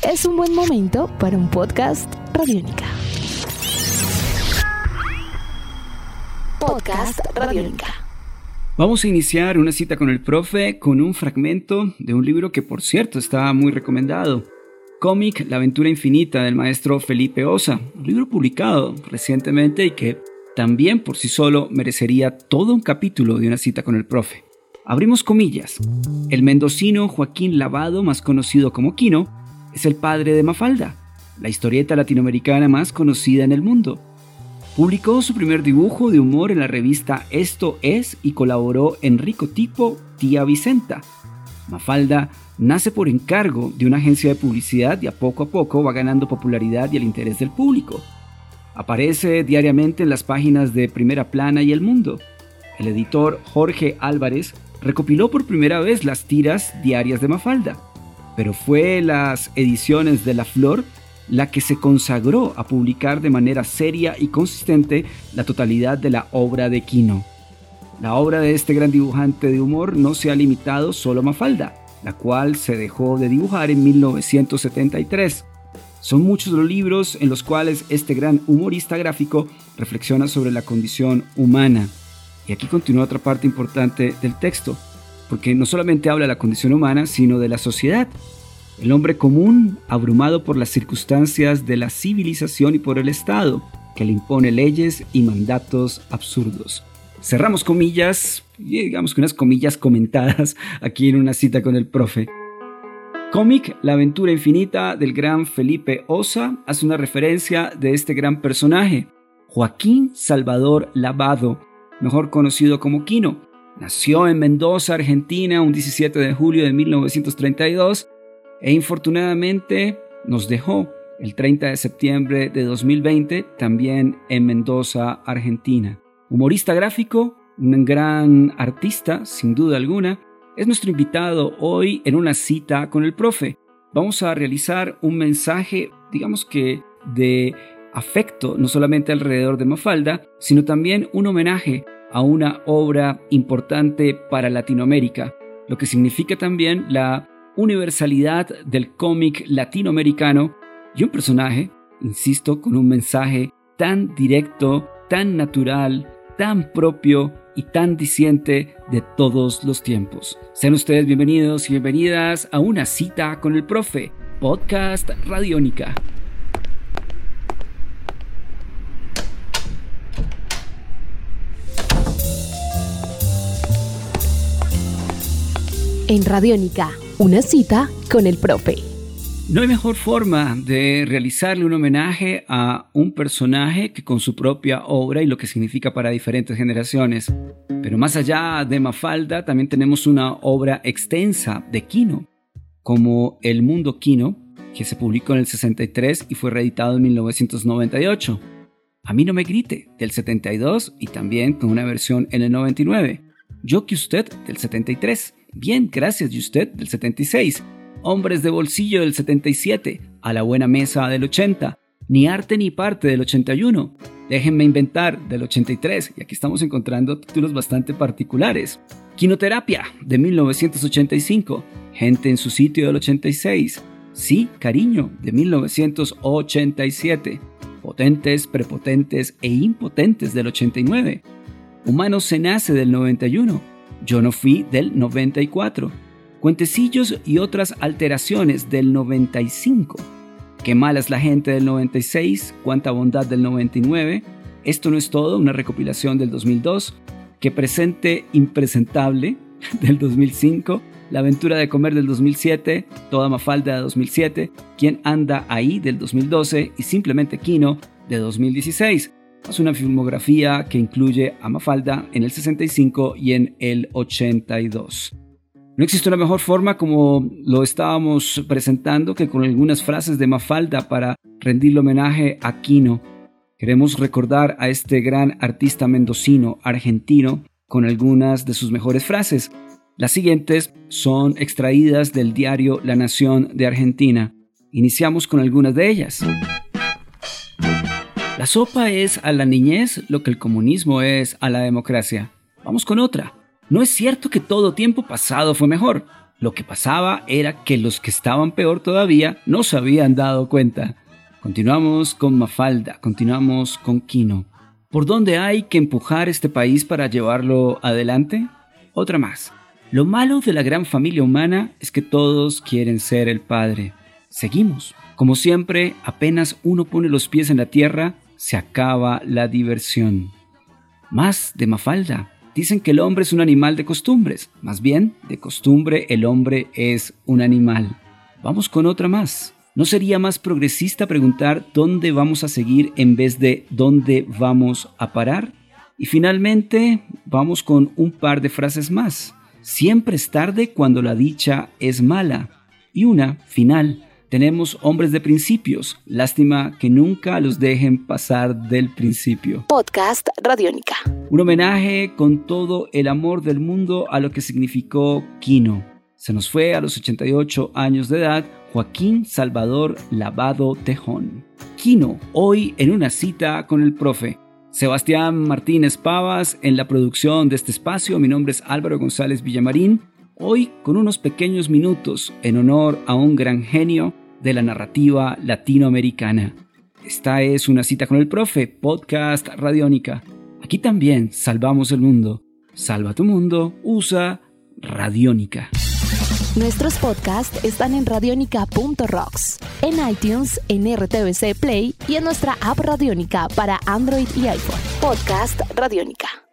es un buen momento para un podcast Radiónica. Podcast Radiónica. Vamos a iniciar una cita con el profe con un fragmento de un libro que, por cierto, está muy recomendado. Cómic La aventura infinita del maestro Felipe Osa, un libro publicado recientemente y que también por sí solo merecería todo un capítulo de una cita con el profe. Abrimos comillas. El mendocino Joaquín Lavado, más conocido como Quino, es el padre de Mafalda, la historieta latinoamericana más conocida en el mundo. Publicó su primer dibujo de humor en la revista Esto Es y colaboró en Rico Tipo, Tía Vicenta. Mafalda nace por encargo de una agencia de publicidad y a poco va ganando popularidad y el interés del público. Aparece diariamente en las páginas de Primera Plana y El Mundo. El editor Jorge Álvarez recopiló por primera vez las tiras diarias de Mafalda, pero fue las ediciones de La Flor la que se consagró a publicar de manera seria y consistente la totalidad de la obra de Quino. La obra de este gran dibujante de humor no se ha limitado solo a Mafalda, la cual se dejó de dibujar en 1973. Son muchos los libros en los cuales este gran humorista gráfico reflexiona sobre la condición humana. Y aquí continúa otra parte importante del texto, porque no solamente habla de la condición humana, sino de la sociedad. El hombre común, abrumado por las circunstancias de la civilización y por el Estado, que le impone leyes y mandatos absurdos. Cerramos comillas, y digamos que unas comillas comentadas aquí en una cita con el profe. Cómic La aventura infinita del gran Felipe Osa hace una referencia de este gran personaje, Joaquín Salvador Lavado, mejor conocido como Quino. Nació en Mendoza, Argentina, un 17 de julio de 1932 e infortunadamente nos dejó el 30 de septiembre de 2020, también en Mendoza, Argentina. Humorista gráfico, un gran artista, sin duda alguna, es nuestro invitado hoy en una cita con el profe. Vamos a realizar un mensaje, digamos que de afecto, no solamente alrededor de Mafalda, sino también un homenaje a una obra importante para Latinoamérica, lo que significa también la universalidad del cómic latinoamericano y un personaje, insisto, con un mensaje tan directo, tan natural, tan propio y tan diciente de todos los tiempos. Sean ustedes bienvenidos y bienvenidas a una cita con el profe, podcast Radiónica. En Radiónica, una cita con el profe. No hay mejor forma de realizarle un homenaje a un personaje que con su propia obra y lo que significa para diferentes generaciones. Pero más allá de Mafalda, también tenemos una obra extensa de Quino, como El Mundo Quino, que se publicó en el 63 y fue reeditado en 1998. A mí no me grite, del 72 y también con una versión en el 99. Yo que usted, del 73. Bien, gracias, y usted, del 76. Hombres de bolsillo del 77. A la buena mesa del 80. Ni arte ni parte del 81. Déjenme inventar del 83. Y aquí estamos encontrando títulos bastante particulares. Quinoterapia de 1985. Gente en su sitio del 86. Sí, cariño de 1987. Potentes, prepotentes e impotentes del 89. Humano se nace del 91. Yo no fui del 94. Cuentecillos y otras alteraciones del 95. Qué mala es la gente del 96. Cuánta bondad del 99. Esto no es todo, una recopilación del 2002. Qué presente impresentable del 2005. La aventura de comer del 2007. Toda Mafalda de 2007. Quién anda ahí del 2012. Y simplemente Quino de 2016. Es una filmografía que incluye a Mafalda en el 65 y en el 82. No existe una mejor forma, como lo estábamos presentando, que con algunas frases de Mafalda para rendirle homenaje a Quino. Queremos recordar a este gran artista mendocino argentino con algunas de sus mejores frases. Las siguientes son extraídas del diario La Nación de Argentina. Iniciamos con algunas de ellas. La sopa es a la niñez lo que el comunismo es a la democracia. Vamos con otra. No es cierto que todo tiempo pasado fue mejor. Lo que pasaba era que los que estaban peor todavía no se habían dado cuenta. Continuamos con Mafalda, continuamos con Kino. ¿Por dónde hay que empujar este país para llevarlo adelante? Otra más. Lo malo de la gran familia humana es que todos quieren ser el padre. Seguimos. Como siempre, apenas uno pone los pies en la tierra, se acaba la diversión. Más de Mafalda. Dicen que el hombre es un animal de costumbres. Más bien, de costumbre el hombre es un animal. Vamos con otra más. ¿No sería más progresista preguntar dónde vamos a seguir en vez de dónde vamos a parar? Y finalmente, vamos con un par de frases más. Siempre es tarde cuando la dicha es mala. Y una final. Tenemos hombres de principios. Lástima que nunca los dejen pasar del principio. Podcast Radiónica. Un homenaje con todo el amor del mundo a lo que significó Kino. Se nos fue a los 88 años de edad Joaquín Salvador Lavado Tejón. Kino, hoy en una cita con el profe. Sebastián Martínez Pavas en la producción de este espacio. Mi nombre es Álvaro González Villamarín. Hoy con unos pequeños minutos en honor a un gran genio de la narrativa latinoamericana. Esta es Una cita con el profe, podcast Radiónica. Aquí también salvamos el mundo. Salva tu mundo, usa Radiónica. Nuestros podcasts están en radionica.rocks, en iTunes, en RTVC Play y en nuestra app Radiónica para Android y iPhone. Podcast Radiónica.